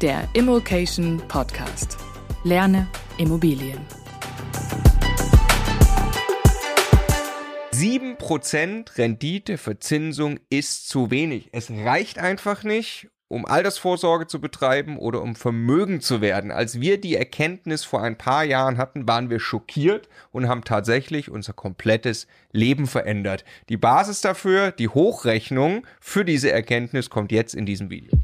Der Immokation Podcast. Lerne Immobilien. 7% Renditeverzinsung ist zu wenig. Es reicht einfach nicht, um Altersvorsorge zu betreiben oder um Vermögen zu werden. Als wir die Erkenntnis vor ein paar Jahren hatten, waren wir schockiert und haben tatsächlich unser komplettes Leben verändert. Die Basis dafür, die Hochrechnung für diese Erkenntnis kommt jetzt in diesem Video.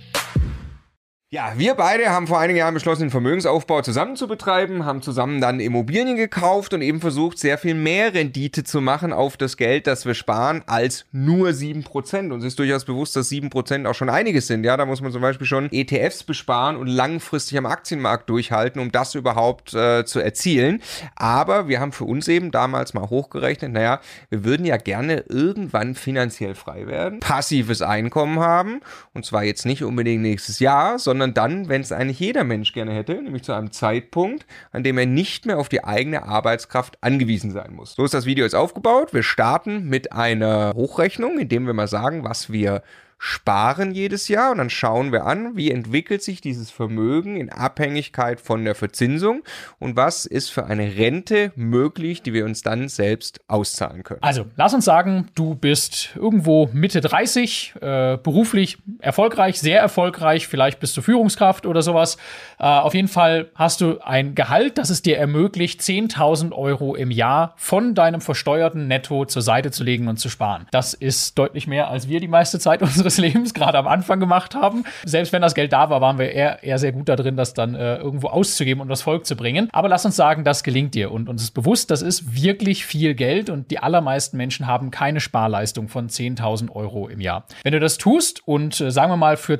Ja, wir beide haben vor einigen Jahren beschlossen, den Vermögensaufbau zusammen zu betreiben, haben zusammen dann Immobilien gekauft und eben versucht, sehr viel mehr Rendite zu machen auf das Geld, das wir sparen, als nur 7%. Uns ist durchaus bewusst, dass 7% auch schon einiges sind. Ja, da muss man zum Beispiel schon ETFs besparen und langfristig am Aktienmarkt durchhalten, um das überhaupt zu erzielen. Aber wir haben für uns eben damals mal hochgerechnet, naja, wir würden ja gerne irgendwann finanziell frei werden, passives Einkommen haben, und zwar jetzt nicht unbedingt nächstes Jahr, sondern dann, wenn es eigentlich jeder Mensch gerne hätte, nämlich zu einem Zeitpunkt, an dem er nicht mehr auf die eigene Arbeitskraft angewiesen sein muss. So ist das Video jetzt aufgebaut. Wir starten mit einer Hochrechnung, indem wir mal sagen, was wir sparen jedes Jahr, und dann schauen wir an, wie entwickelt sich dieses Vermögen in Abhängigkeit von der Verzinsung und was ist für eine Rente möglich, die wir uns dann selbst auszahlen können. Also, lass uns sagen, du bist irgendwo Mitte 30, beruflich erfolgreich, sehr erfolgreich, vielleicht bist du Führungskraft oder sowas. Auf jeden Fall hast du ein Gehalt, das es dir ermöglicht, 10.000 Euro im Jahr von deinem versteuerten Netto zur Seite zu legen und zu sparen. Das ist deutlich mehr, als wir die meiste Zeit unseres Lebens gerade am Anfang gemacht haben. Selbst wenn das Geld da war, waren wir eher sehr gut da drin, das dann irgendwo auszugeben und das Volk zu bringen. Aber lass uns sagen, das gelingt dir. Und uns ist bewusst, das ist wirklich viel Geld und die allermeisten Menschen haben keine Sparleistung von 10.000 Euro im Jahr. Wenn du das tust und sagen wir mal für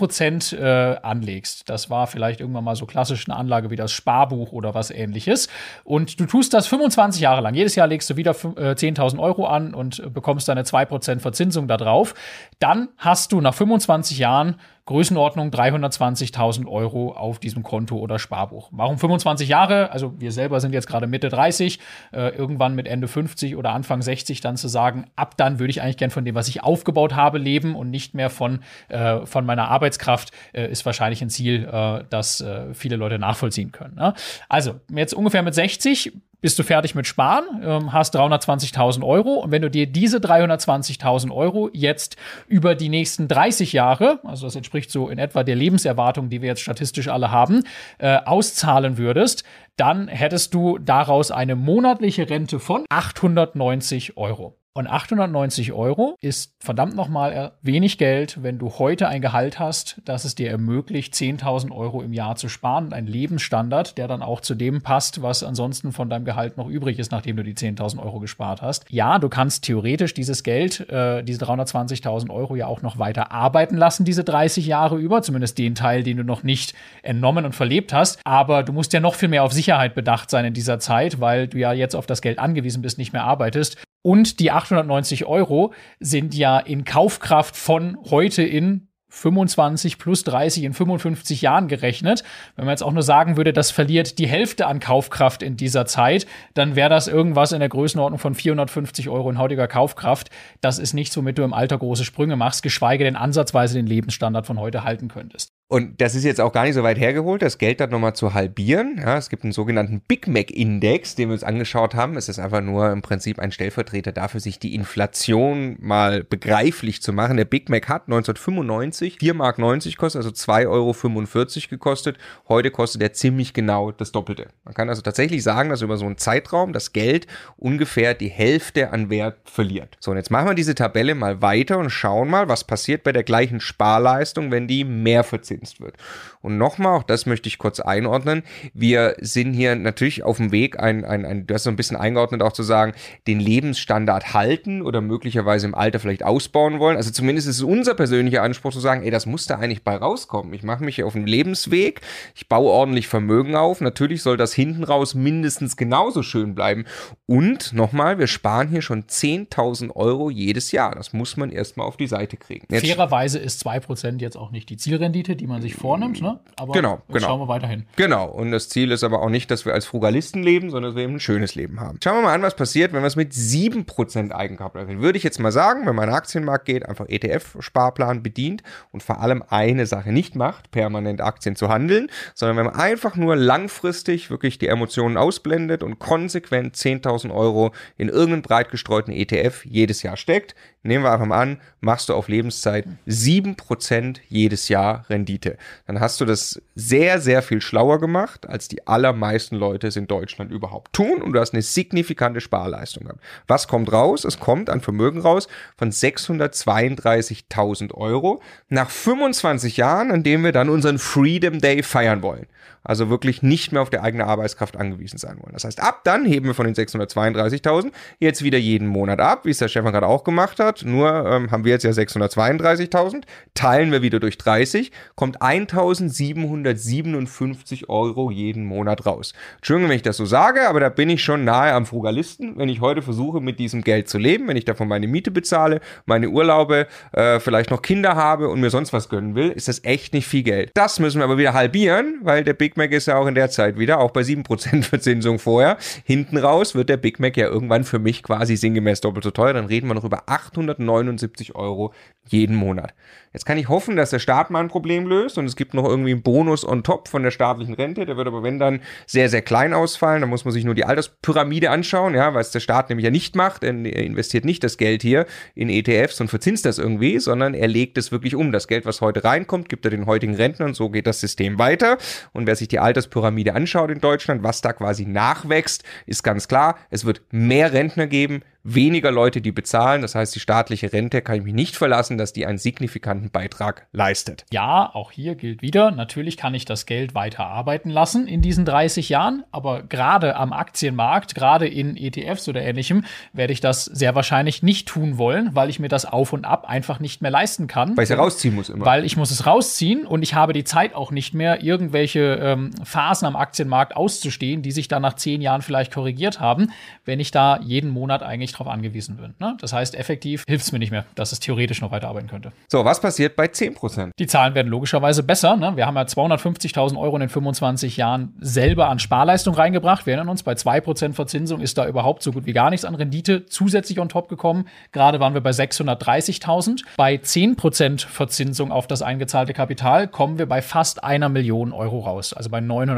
2% anlegst, das war vielleicht irgendwann mal so klassisch eine Anlage wie das Sparbuch oder was Ähnliches, und du tust das 25 Jahre lang, jedes Jahr legst du wieder 10.000 Euro an und bekommst deine 2% Verzinsung da drauf, dann hast du nach 25 Jahren Größenordnung 320.000 Euro auf diesem Konto oder Sparbuch. Warum 25 Jahre? Also wir selber sind jetzt gerade Mitte 30, irgendwann mit Ende 50 oder Anfang 60 dann zu sagen, ab dann würde ich eigentlich gern von dem, was ich aufgebaut habe, leben und nicht mehr von meiner Arbeitskraft, ist wahrscheinlich ein Ziel, das viele Leute nachvollziehen können. Ne? Also jetzt ungefähr mit 60 bist du fertig mit Sparen, hast 320.000 Euro, und wenn du dir diese 320.000 Euro jetzt über die nächsten 30 Jahre, also das entspricht so in etwa der Lebenserwartung, die wir jetzt statistisch alle haben, auszahlen würdest, dann hättest du daraus eine monatliche Rente von 890 Euro. Und 890 Euro ist verdammt nochmal wenig Geld, wenn du heute ein Gehalt hast, das es dir ermöglicht, 10.000 Euro im Jahr zu sparen. Und ein Lebensstandard, der dann auch zu dem passt, was ansonsten von deinem Gehalt noch übrig ist, nachdem du die 10.000 Euro gespart hast. Ja, du kannst theoretisch dieses Geld, diese 320.000 Euro ja auch noch weiter arbeiten lassen, diese 30 Jahre über, zumindest den Teil, den du noch nicht entnommen und verlebt hast. Aber du musst ja noch viel mehr auf Sicherheit bedacht sein in dieser Zeit, weil du ja jetzt auf das Geld angewiesen bist, nicht mehr arbeitest. Und die 890 Euro sind ja in Kaufkraft von heute in 25 plus 30 in 55 Jahren gerechnet. Wenn man jetzt auch nur sagen würde, das verliert die Hälfte an Kaufkraft in dieser Zeit, dann wäre das irgendwas in der Größenordnung von 450 Euro in heutiger Kaufkraft. Das ist nichts, womit du im Alter große Sprünge machst, geschweige denn ansatzweise den Lebensstandard von heute halten könntest. Und das ist jetzt auch gar nicht so weit hergeholt, das Geld dann nochmal zu halbieren. Ja, es gibt einen sogenannten Big Mac Index, den wir uns angeschaut haben. Es ist einfach nur im Prinzip ein Stellvertreter dafür, sich die Inflation mal begreiflich zu machen. Der Big Mac hat 1995 4,90 Mark gekostet, also 2,45 Euro gekostet. Heute kostet er ziemlich genau das Doppelte. Man kann also tatsächlich sagen, dass über so einen Zeitraum das Geld ungefähr die Hälfte an Wert verliert. So, und jetzt machen wir diese Tabelle mal weiter und schauen mal, was passiert bei der gleichen Sparleistung, wenn die mehr verzinst wird. Und nochmal, auch das möchte ich kurz einordnen, wir sind hier natürlich auf dem Weg, du hast so ein bisschen eingeordnet auch zu sagen, den Lebensstandard halten oder möglicherweise im Alter vielleicht ausbauen wollen. Also zumindest ist es unser persönlicher Anspruch zu sagen, das muss da eigentlich bei rauskommen. Ich mache mich hier auf den Lebensweg, ich baue ordentlich Vermögen auf, natürlich soll das hinten raus mindestens genauso schön bleiben. Und nochmal, wir sparen hier schon 10.000 Euro jedes Jahr. Das muss man erstmal auf die Seite kriegen. Fairerweise ist 2% jetzt auch nicht die Zielrendite, die man sich vornimmt, ne? Aber genau. schauen wir weiterhin. Genau, und das Ziel ist aber auch nicht, dass wir als Frugalisten leben, sondern dass wir eben ein schönes Leben haben. Schauen wir mal an, was passiert, wenn wir es mit 7% Eigenkapital machen. Würde ich jetzt mal sagen, wenn man in den Aktienmarkt geht, einfach ETF-Sparplan bedient und vor allem eine Sache nicht macht, permanent Aktien zu handeln, sondern wenn man einfach nur langfristig wirklich die Emotionen ausblendet und konsequent 10.000 Euro in irgendeinen breit gestreuten ETF jedes Jahr steckt, nehmen wir einfach mal an, machst du auf Lebenszeit 7% jedes Jahr Rendite. Dann hast du das sehr, sehr viel schlauer gemacht, als die allermeisten Leute es in Deutschland überhaupt tun, und du hast eine signifikante Sparleistung gehabt. Was kommt raus? Es kommt ein Vermögen raus von 632.000 Euro nach 25 Jahren, an dem wir dann unseren Freedom Day feiern wollen. Also wirklich nicht mehr auf die eigene Arbeitskraft angewiesen sein wollen. Das heißt, ab dann heben wir von den 632.000 jetzt wieder jeden Monat ab, wie es der Stefan gerade auch gemacht hat. Nur haben wir jetzt ja 632.000, teilen wir wieder durch 30, kommt 1.757 Euro jeden Monat raus. Entschuldigung, wenn ich das so sage, aber da bin ich schon nahe am Frugalisten, wenn ich heute versuche, mit diesem Geld zu leben, wenn ich davon meine Miete bezahle, meine Urlaube, vielleicht noch Kinder habe und mir sonst was gönnen will, ist das echt nicht viel Geld. Das müssen wir aber wieder halbieren, weil der Big Mac ist ja auch in der Zeit wieder, auch bei 7% Verzinsung vorher. Hinten raus wird der Big Mac ja irgendwann für mich quasi sinngemäß doppelt so teuer. Dann reden wir noch über 879 Euro jeden Monat. Jetzt kann ich hoffen, dass der Staat mal ein Problem löst und es gibt noch irgendwie einen Bonus on top von der staatlichen Rente. Der wird aber, wenn dann, sehr, sehr klein ausfallen. Da muss man sich nur die Alterspyramide anschauen, ja, weil es der Staat nämlich ja nicht macht. Er investiert nicht das Geld hier in ETFs und verzinst das irgendwie, sondern er legt es wirklich um. Das Geld, was heute reinkommt, gibt er den heutigen Rentnern. So geht das System weiter. Und wer sich die Alterspyramide anschaut in Deutschland, was da quasi nachwächst, ist ganz klar, es wird mehr Rentner geben, weniger Leute, die bezahlen. Das heißt, die staatliche Rente kann ich mich nicht verlassen, dass die einen signifikanten Beitrag leistet. Ja, auch hier gilt wieder, natürlich kann ich das Geld weiter arbeiten lassen in diesen 30 Jahren, aber gerade am Aktienmarkt, gerade in ETFs oder Ähnlichem, werde ich das sehr wahrscheinlich nicht tun wollen, weil ich mir das Auf und Ab einfach nicht mehr leisten kann. Weil ich es rausziehen muss immer. Weil ich muss es rausziehen und ich habe die Zeit auch nicht mehr, irgendwelche Phasen am Aktienmarkt auszustehen, die sich dann nach 10 Jahren vielleicht korrigiert haben, wenn ich da jeden Monat eigentlich drauf angewiesen bin. Ne? Das heißt, effektiv hilft es mir nicht mehr, dass es theoretisch noch weiterarbeiten könnte. So, was passiert bei 10%? Die Zahlen werden logischerweise besser. Ne? Wir haben ja 250.000 Euro in den 25 Jahren selber an Sparleistung reingebracht. Wir erinnern uns, bei 2% Verzinsung ist da überhaupt so gut wie gar nichts an Rendite zusätzlich on top gekommen. Gerade waren wir bei 630.000. Bei 10% Verzinsung auf das eingezahlte Kapital kommen wir bei fast 1 Million Euro raus. Also bei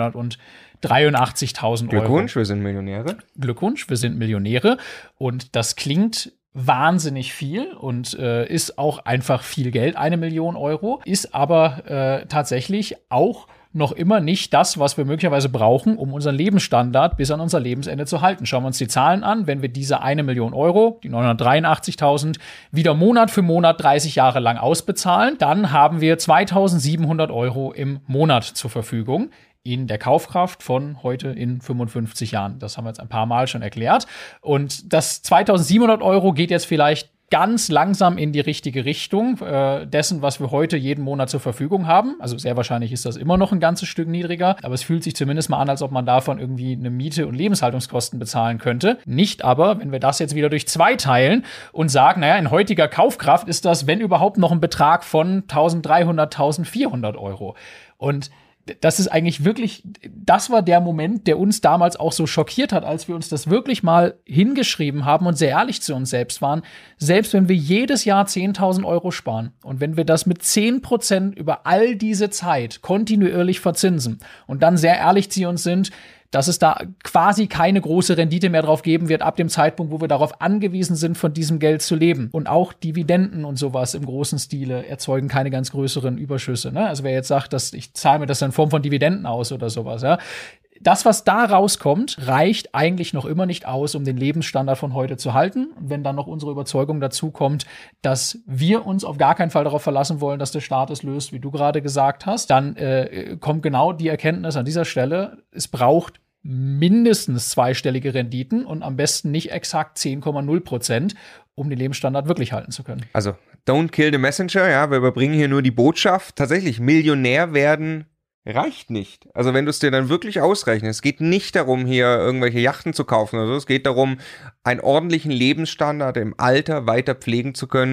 983.000 Euro. Glückwunsch, wir sind Millionäre. Glückwunsch, wir sind Millionäre. Und das klingt wahnsinnig viel und ist auch einfach viel Geld, 1 Million Euro, ist aber tatsächlich auch noch immer nicht das, was wir möglicherweise brauchen, um unseren Lebensstandard bis an unser Lebensende zu halten. Schauen wir uns die Zahlen an. Wenn wir diese 1 Million Euro, die 983.000, wieder Monat für Monat 30 Jahre lang ausbezahlen, dann haben wir 2.700 Euro im Monat zur Verfügung in der Kaufkraft von heute in 55 Jahren. Das haben wir jetzt ein paar Mal schon erklärt. Und das 2.700 Euro geht jetzt vielleicht ganz langsam in die richtige Richtung dessen, was wir heute jeden Monat zur Verfügung haben. Also sehr wahrscheinlich ist das immer noch ein ganzes Stück niedriger, aber es fühlt sich zumindest mal an, als ob man davon irgendwie eine Miete und Lebenshaltungskosten bezahlen könnte. Nicht aber, wenn wir das jetzt wieder durch 2 teilen und sagen, naja, in heutiger Kaufkraft ist das, wenn überhaupt, noch ein Betrag von 1.300, 1.400 Euro. Und das ist eigentlich wirklich, das war der Moment, der uns damals auch so schockiert hat, als wir uns das wirklich mal hingeschrieben haben und sehr ehrlich zu uns selbst waren. Selbst wenn wir jedes Jahr 10.000 Euro sparen und wenn wir das mit 10% über all diese Zeit kontinuierlich verzinsen und dann sehr ehrlich zu uns sind, dass es da quasi keine große Rendite mehr drauf geben wird, ab dem Zeitpunkt, wo wir darauf angewiesen sind, von diesem Geld zu leben. Und auch Dividenden und sowas im großen Stile erzeugen keine ganz größeren Überschüsse. Ne? Also wer jetzt sagt, dass ich zahle mir das in Form von Dividenden aus oder sowas, ja. Das, was da rauskommt, reicht eigentlich noch immer nicht aus, um den Lebensstandard von heute zu halten. Und wenn dann noch unsere Überzeugung dazu kommt, dass wir uns auf gar keinen Fall darauf verlassen wollen, dass der Staat es löst, wie du gerade gesagt hast, dann kommt genau die Erkenntnis an dieser Stelle, es braucht mindestens 2-stellige Renditen und am besten nicht exakt 10,0%, um den Lebensstandard wirklich halten zu können. Also, don't kill the messenger, ja, wir überbringen hier nur die Botschaft. Tatsächlich, Millionär werden reicht nicht. Also wenn du es dir dann wirklich ausrechnest, es geht nicht darum, hier irgendwelche Yachten zu kaufen oder so, es geht darum, einen ordentlichen Lebensstandard im Alter weiter pflegen zu können,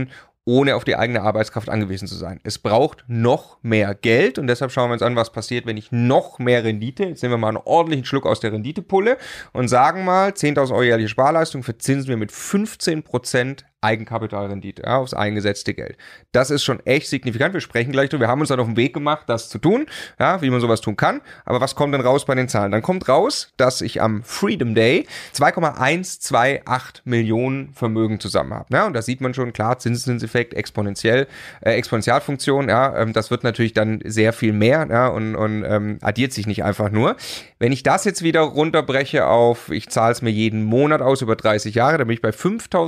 ohne auf die eigene Arbeitskraft angewiesen zu sein. Es braucht noch mehr Geld und deshalb schauen wir uns an, was passiert, wenn ich noch mehr Rendite, jetzt nehmen wir mal einen ordentlichen Schluck aus der Renditepulle und sagen mal, 10.000 Euro jährliche Sparleistung verzinsen wir mit 15% Eigenkapitalrendite, ja, aufs eingesetzte Geld. Das ist schon echt signifikant. Wir sprechen gleich drüber. Wir haben uns dann auf den Weg gemacht, das zu tun, ja, wie man sowas tun kann. Aber was kommt denn raus bei den Zahlen? Dann kommt raus, dass ich am Freedom Day 2,128 Millionen Vermögen zusammen habe. Ja, und da sieht man schon, klar, Zinseszinseffekt, Exponentialfunktion, ja, das wird natürlich dann sehr viel mehr, ja, und addiert sich nicht einfach nur. Wenn ich das jetzt wieder runterbreche auf, ich zahle es mir jeden Monat aus über 30 Jahre, dann bin ich bei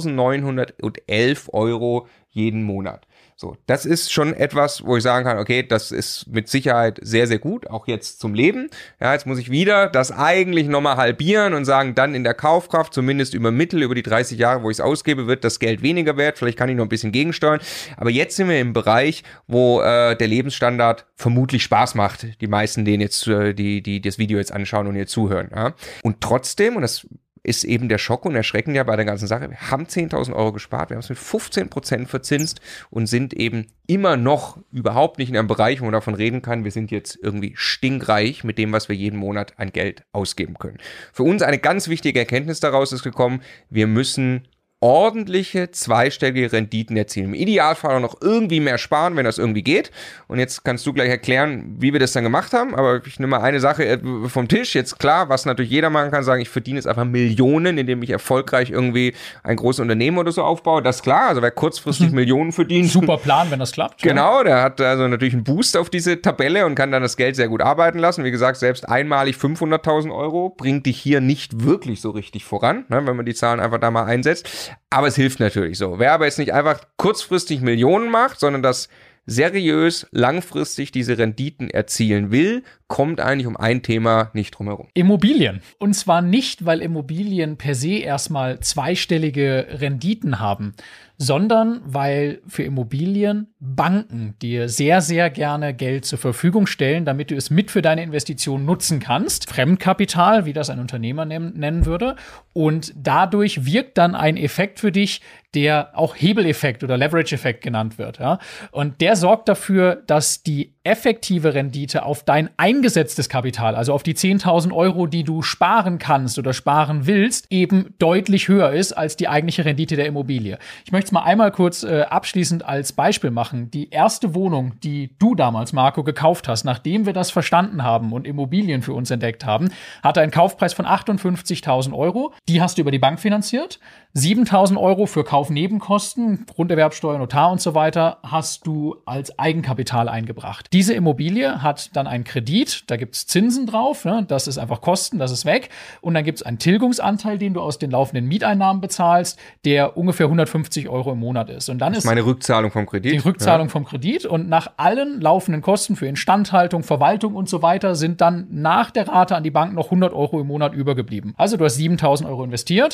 5.911 Euro jeden Monat. So, das ist schon etwas, wo ich sagen kann, okay, das ist mit Sicherheit sehr, sehr gut, auch jetzt zum Leben. Ja, jetzt muss ich wieder das eigentlich nochmal halbieren und sagen, dann in der Kaufkraft, zumindest über die 30 Jahre, wo ich es ausgebe, wird das Geld weniger wert. Vielleicht kann ich noch ein bisschen gegensteuern. Aber jetzt sind wir im Bereich, wo der Lebensstandard vermutlich Spaß macht. Die meisten, denen jetzt, die das Video jetzt anschauen und hier zuhören. Ja. Und trotzdem, und das ist eben der Schock und Erschrecken ja bei der ganzen Sache. Wir haben 10.000 Euro gespart, wir haben es mit 15% verzinst und sind eben immer noch überhaupt nicht in einem Bereich, wo man davon reden kann, wir sind jetzt irgendwie stinkreich mit dem, was wir jeden Monat an Geld ausgeben können. Für uns eine ganz wichtige Erkenntnis daraus ist gekommen, wir müssen ordentliche zweistellige Renditen erzielen. Im Idealfall auch noch irgendwie mehr sparen, wenn das irgendwie geht. Und jetzt kannst du gleich erklären, wie wir das dann gemacht haben. Aber ich nehme mal eine Sache vom Tisch. Jetzt klar, was natürlich jeder machen kann, sagen, ich verdiene jetzt einfach Millionen, indem ich erfolgreich irgendwie ein großes Unternehmen oder so aufbaue. Das ist klar. Also wer kurzfristig Millionen verdient. Super Plan, wenn das klappt. Genau, der hat also natürlich einen Boost auf diese Tabelle und kann dann das Geld sehr gut arbeiten lassen. Wie gesagt, selbst einmalig 500.000 Euro bringt dich hier nicht wirklich so richtig voran, ne, wenn man die Zahlen einfach da mal einsetzt. Aber es hilft natürlich so. Wer aber jetzt nicht einfach kurzfristig Millionen macht, sondern das seriös, langfristig diese Renditen erzielen will, kommt eigentlich um ein Thema nicht drum herum. Immobilien. Und zwar nicht, weil Immobilien per se erstmal zweistellige Renditen haben, sondern weil für Immobilien Banken dir sehr, sehr gerne Geld zur Verfügung stellen, damit du es mit für deine Investition nutzen kannst. Fremdkapital, wie das ein Unternehmer nennen würde. Und dadurch wirkt dann ein Effekt für dich, der auch Hebeleffekt oder Leverage-Effekt genannt wird. Ja? Und der sorgt dafür, dass die effektive Rendite auf dein eingesetztes Kapital, also auf die 10.000 Euro, die du sparen kannst oder sparen willst, eben deutlich höher ist als die eigentliche Rendite der Immobilie. Ich möchte es mal einmal kurz abschließend als Beispiel machen. Die erste Wohnung, die du damals, Marco, gekauft hast, nachdem wir das verstanden haben und Immobilien für uns entdeckt haben, hatte einen Kaufpreis von 58.000 Euro. Die hast du über die Bank finanziert. 7.000 Euro für Kaufnebenkosten, Grunderwerbsteuer, Notar und so weiter, hast du als Eigenkapital eingebracht. Diese Immobilie hat dann einen Kredit, da gibt es Zinsen drauf, ne? Das ist einfach Kosten, das ist weg. Und dann gibt es einen Tilgungsanteil, den du aus den laufenden Mieteinnahmen bezahlst, der ungefähr 150 Euro im Monat ist. Und dann ist meine Rückzahlung vom Kredit. Die Rückzahlung vom Kredit. Und nach allen laufenden Kosten für Instandhaltung, Verwaltung und so weiter sind dann nach der Rate an die Bank noch 100 Euro im Monat übergeblieben. Also du hast 7.000 Euro investiert,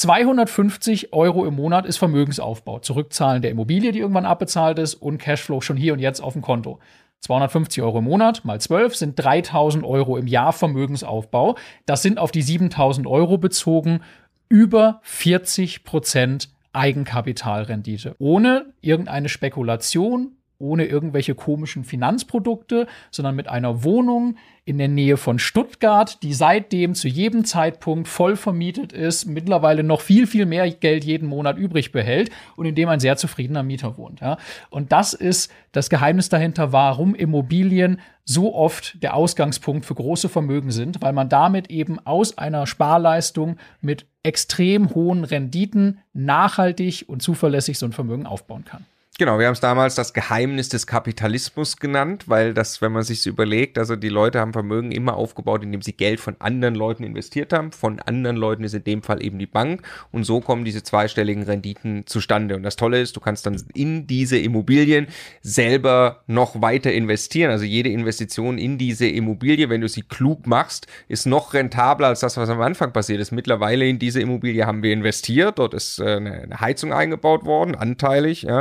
250 Euro im Monat ist Vermögensaufbau. Zurückzahlen der Immobilie, die irgendwann abbezahlt ist, und Cashflow schon hier und jetzt auf dem Konto. 250 Euro im Monat mal 12 sind 3.000 Euro im Jahr Vermögensaufbau. Das sind auf die 7.000 Euro bezogen über 40% Eigenkapitalrendite. Ohne irgendeine Spekulation, ohne irgendwelche komischen Finanzprodukte, sondern mit einer Wohnung in der Nähe von Stuttgart, die seitdem zu jedem Zeitpunkt voll vermietet ist, mittlerweile noch viel, viel mehr Geld jeden Monat übrig behält und in dem ein sehr zufriedener Mieter wohnt. Ja. Und das ist das Geheimnis dahinter, warum Immobilien so oft der Ausgangspunkt für große Vermögen sind, weil man damit eben aus einer Sparleistung mit extrem hohen Renditen nachhaltig und zuverlässig so ein Vermögen aufbauen kann. Genau, wir haben es damals das Geheimnis des Kapitalismus genannt, weil das, wenn man sich so überlegt, also die Leute haben Vermögen immer aufgebaut, indem sie Geld von anderen Leuten investiert haben. Von anderen Leuten ist in dem Fall eben die Bank und so kommen diese zweistelligen Renditen zustande. Und das Tolle ist, du kannst dann in diese Immobilien selber noch weiter investieren. Also jede Investition in diese Immobilie, wenn du sie klug machst, ist noch rentabler als das, was am Anfang passiert ist. Mittlerweile in diese Immobilie haben wir investiert, dort ist eine Heizung eingebaut worden, anteilig, ja, muss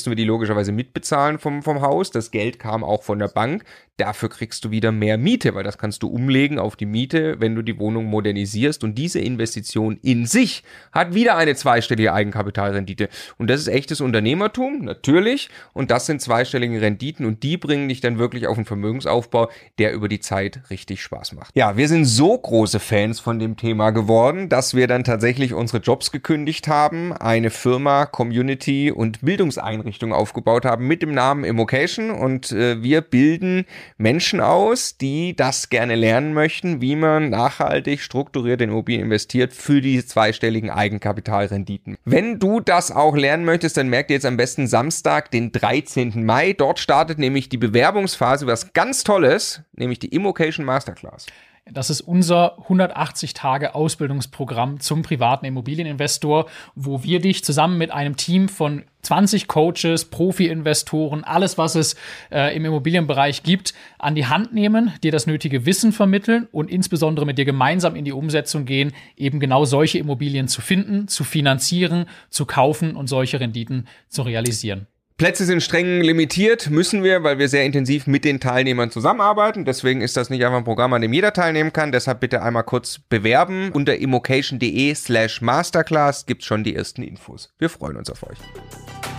mussten wir die logischerweise mitbezahlen vom Haus. Das Geld kam auch von der Bank. Dafür kriegst du wieder mehr Miete, weil das kannst du umlegen auf die Miete, wenn du die Wohnung modernisierst. Und diese Investition in sich hat wieder eine zweistellige Eigenkapitalrendite. Und das ist echtes Unternehmertum, natürlich. Und das sind zweistellige Renditen und die bringen dich dann wirklich auf einen Vermögensaufbau, der über die Zeit richtig Spaß macht. Ja, wir sind so große Fans von dem Thema geworden, dass wir dann tatsächlich unsere Jobs gekündigt haben, eine Firma, Community und Bildungseinrichtung aufgebaut haben mit dem Namen Immocation und wir bilden Menschen aus, die das gerne lernen möchten, wie man nachhaltig strukturiert in Immobilien investiert für die zweistelligen Eigenkapitalrenditen. Wenn du das auch lernen möchtest, dann merkt ihr jetzt am besten Samstag, den 13. Mai. Dort startet nämlich die Bewerbungsphase, was ganz Tolles, nämlich die Immocation Masterclass. Das ist unser 180-Tage-Ausbildungsprogramm zum privaten Immobilieninvestor, wo wir dich zusammen mit einem Team von 20 Coaches, Profi-Investoren, alles, was es im Immobilienbereich gibt, an die Hand nehmen, dir das nötige Wissen vermitteln und insbesondere mit dir gemeinsam in die Umsetzung gehen, eben genau solche Immobilien zu finden, zu finanzieren, zu kaufen und solche Renditen zu realisieren. Plätze sind streng limitiert, müssen wir, weil wir sehr intensiv mit den Teilnehmern zusammenarbeiten. Deswegen ist das nicht einfach ein Programm, an dem jeder teilnehmen kann. Deshalb bitte einmal kurz bewerben. Unter immocation.de/masterclass gibt's schon die ersten Infos. Wir freuen uns auf euch.